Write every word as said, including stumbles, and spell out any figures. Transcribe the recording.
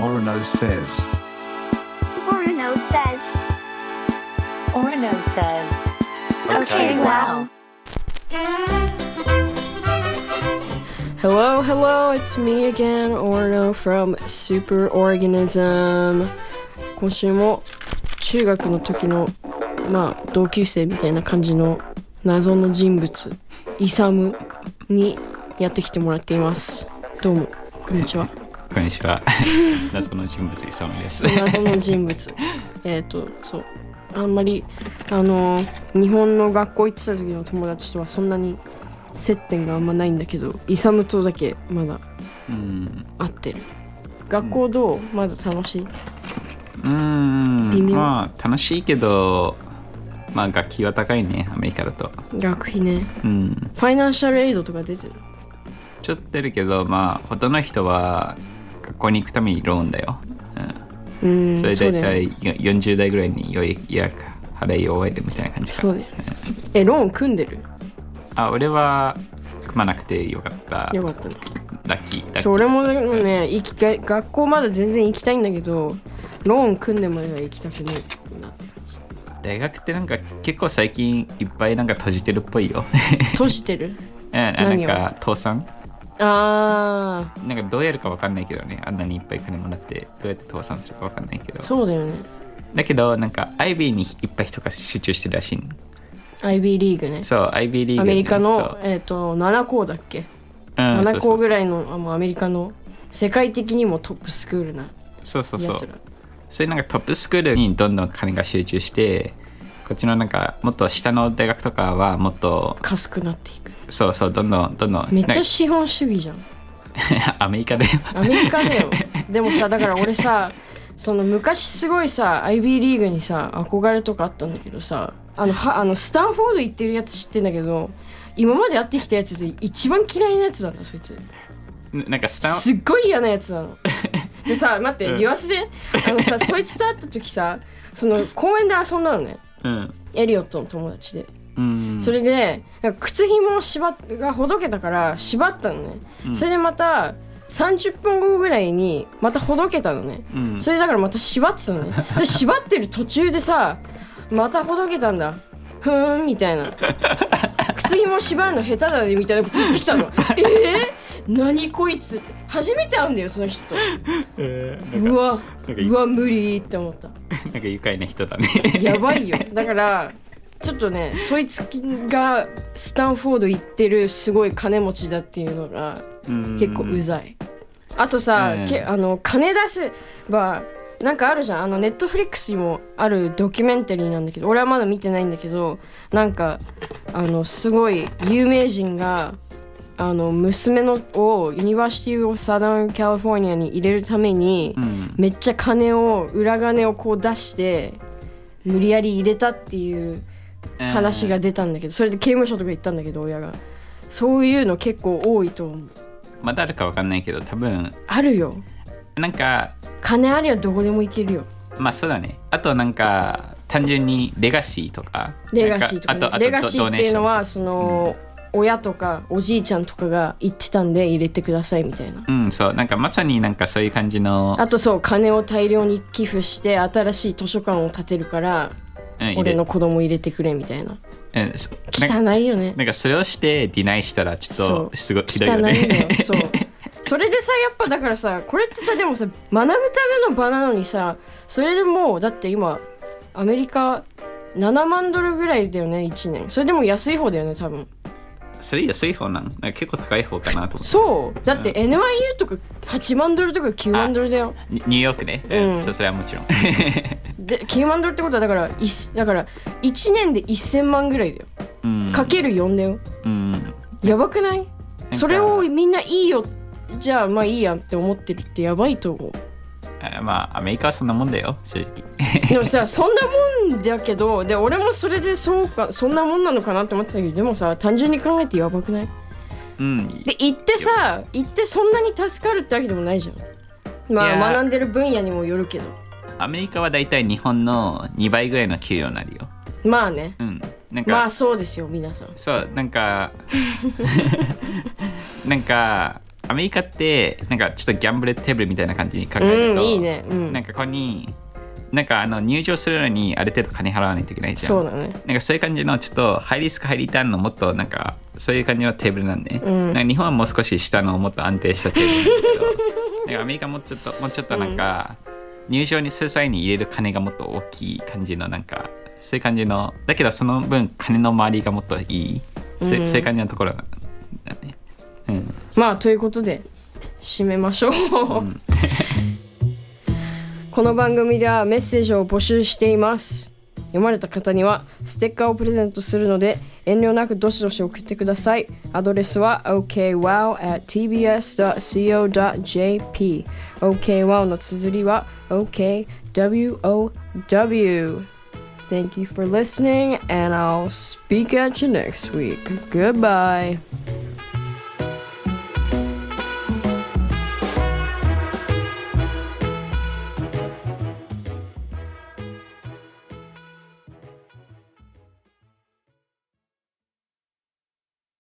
Orono says. Orono says. Orono says. Okay, wow. Hello, hello, it's me again, Orono from Superorganism. 今週も中学の時のまあ同級生みたいな感じの謎の人物イサムにやってきてもらっています。どうもこんにちは。 こんにちは。謎の人物イサムです。 謎の人物。えっとそうあんまりあの日本の学校行ってた時の友達とはそんなに接点があんまないんだけど、イサムとだけまだ会ってる。学校どう？まだ楽しい？ うーん、 微妙。 まあ楽しいけど、まあ学費は高いね、アメリカだと。 学費ね。 うん。 ファイナンシャルエイドとか出てる？ ちょっと出るけど、まあほとんどの人は学校に行くためにローンだよ。うん。うん、それだいたいよんじゅう代ぐらいにようやく払い終えるみたいな感じか。 そうだよね。え、ローン組んでる？ あ、俺は組まなくてよかった。 よかったね。 ラッキー。ラッキー。 そう、俺もね、行きが学校まだ全然行きたいんだけど、ローン組んでまでは行きたくないなって感じ。 大学ってなんか結構最近いっぱいなんか閉じてるっぽいよ。 閉じてる？ え、なんか倒産？ あー。なんかどうやるか分かんないけどね、あんなにいっぱい金もらってどうやって倒産するか分かんないけど。 そうだよね。 だけどなんか アイビー にいっぱい人が集中してるらしい。 アイビー リーグね。 そう、アイビー リーグ、ね。 アメリカの、えー、となな校だっけ、うん、なな校ぐらいのあもうアメリカの世界的にもトップスクールなやつら。 そうそうそう。それなんかトップスクールにどんどん金が集中して、こっちのなんかもっと下の大学とかはもっとかすくなっていく。 そうそう、どんどんどんどん。 めっちゃ資本主義じゃん。 アメリカだよ。 アメリカだよ。でもさ、だから俺さ、その昔すごいさ アイビー リーグにさ憧れとかあったんだけどさ、あのはあのスタンフォード行ってるやつ知ってんだけど、今まで会ってきたやつで一番嫌いなやつなんだそいつ。 なんかスタンすっごい嫌なやつなの。でさ、待って言わせて、あのさそいつと会った時さ、その公園で遊んだのね、うん、エリオットの友達で、うん、それでなんか靴紐を縛っがほどけたから縛ったのね、うん、それでまたさんじゅっぷんごぐらいにまたほどけたのね、うん、それだからまた縛ってたのね。で縛ってる途中でさまたほどけたんだふーんみたいな、靴紐縛るの下手だねみたいなこと言ってきたの。えー、何こいつって、初めて会うんだよその人と、えー、うわうわ無理って思った。 なんか愉快な人だね。 やばいよ。だからちょっとね、そいつがスタンフォード行ってるすごい金持ちだっていうのが結構うざい。あとさ、えー、けあの金出せばなんかあるじゃん、あのネットフリックスにもあるドキュメンタリーなんだけど、俺はまだ見てないんだけど、なんかあのすごい有名人があの娘のをユニバーシティオブサザンカリフォルニアに入れるために、うん、めっちゃ金を裏金をこう出して無理やり入れたっていう話が出たんだけど、それで刑務所とか行ったんだけど親が。そういうの結構多いと思う。 まだあるか分かんないけど多分あるよ。 なんか金ありゃどこでも行けるよ。 まあそうだね。あとなんか単純にレガシーとかレガシーとか、ね、あとあとレガシーっていうのはその、うん、親とかおじいちゃんとかが言ってたんで入れてくださいみたいな。 うん、そう、なんかまさになんかそういう感じの。 あとそう金を大量に寄付して新しい図書館を建てるから、うん、俺の子供入れてくれみたいな。うん、汚いよね。 なんかそれをしてディナイしたらちょっとすごいひどいよね。 汚いのよ。そうそれでさ、やっぱだからさ、これってさ、でもさ学ぶための場なのにさ、それでもうだって今アメリカななまんドルぐらいだよねいちねん。それでも安い方だよね多分。 それ安い方なん？なんか結構高い方かなと思って。そうだって エヌワイユー とかはちまんドルとかきゅうまんドルだよ。 ニューヨークね、うん、そ, それはもちろんできゅうまんドルってことはだからだからいちねんでせんまんぐらいだよ、うん、かけるよんだよ、うん、やばくない？それをみんないいよじゃあまあいいやって思ってるってやばいと思う。 まあアメリカはそんなもんだよ正直。 でもさそんなもんだけど、で俺もそれでそうかそんなもんなのかなって思ってたけど、でもさ単純に考えてやばくない？うん。で行ってさ行ってそんなに助かるってわけでもないじゃん。まあ学んでる分野にもよるけど。 アメリカはだいたい日本のにばいぐらいの給料になるよ。 まあね。 うん。なんかまあそうですよ皆さん。 そうなんかなんかアメリカってなんかちょっとギャンブルテーブルみたいな感じに考えると、 うん、いいね、うん、 なんかここになんかあの入場するのにある程度金払わないといけないじゃん。 そうだね。 なんかそういう感じのちょっとハイリスクハイリターンのもっとなんかそういう感じのテーブルなんで、うん、なんか日本はもう少し下のもっと安定したテーブルなんだけどなんかアメリカもうちょっともうちょっとなんか、うん、入場にする際に入れる金がもっと大きい感じのなんかそういう感じのだけどその分金の周りがもっといい、うん、そういう感じのところだね、うん、 まあということで締めましょう、うんこの番組ではメッセージを募集しています。読まれた方にはステッカーをプレゼントするので遠慮なくどしどし送ってください。アドレスは オーケーワウ アット ティービーエス ドット コー ドット ジェーピー オーケーワウ の綴りは オーケーダブリューオーダブリュー Thank you for listening and I'll speak at you next week. Goodbye.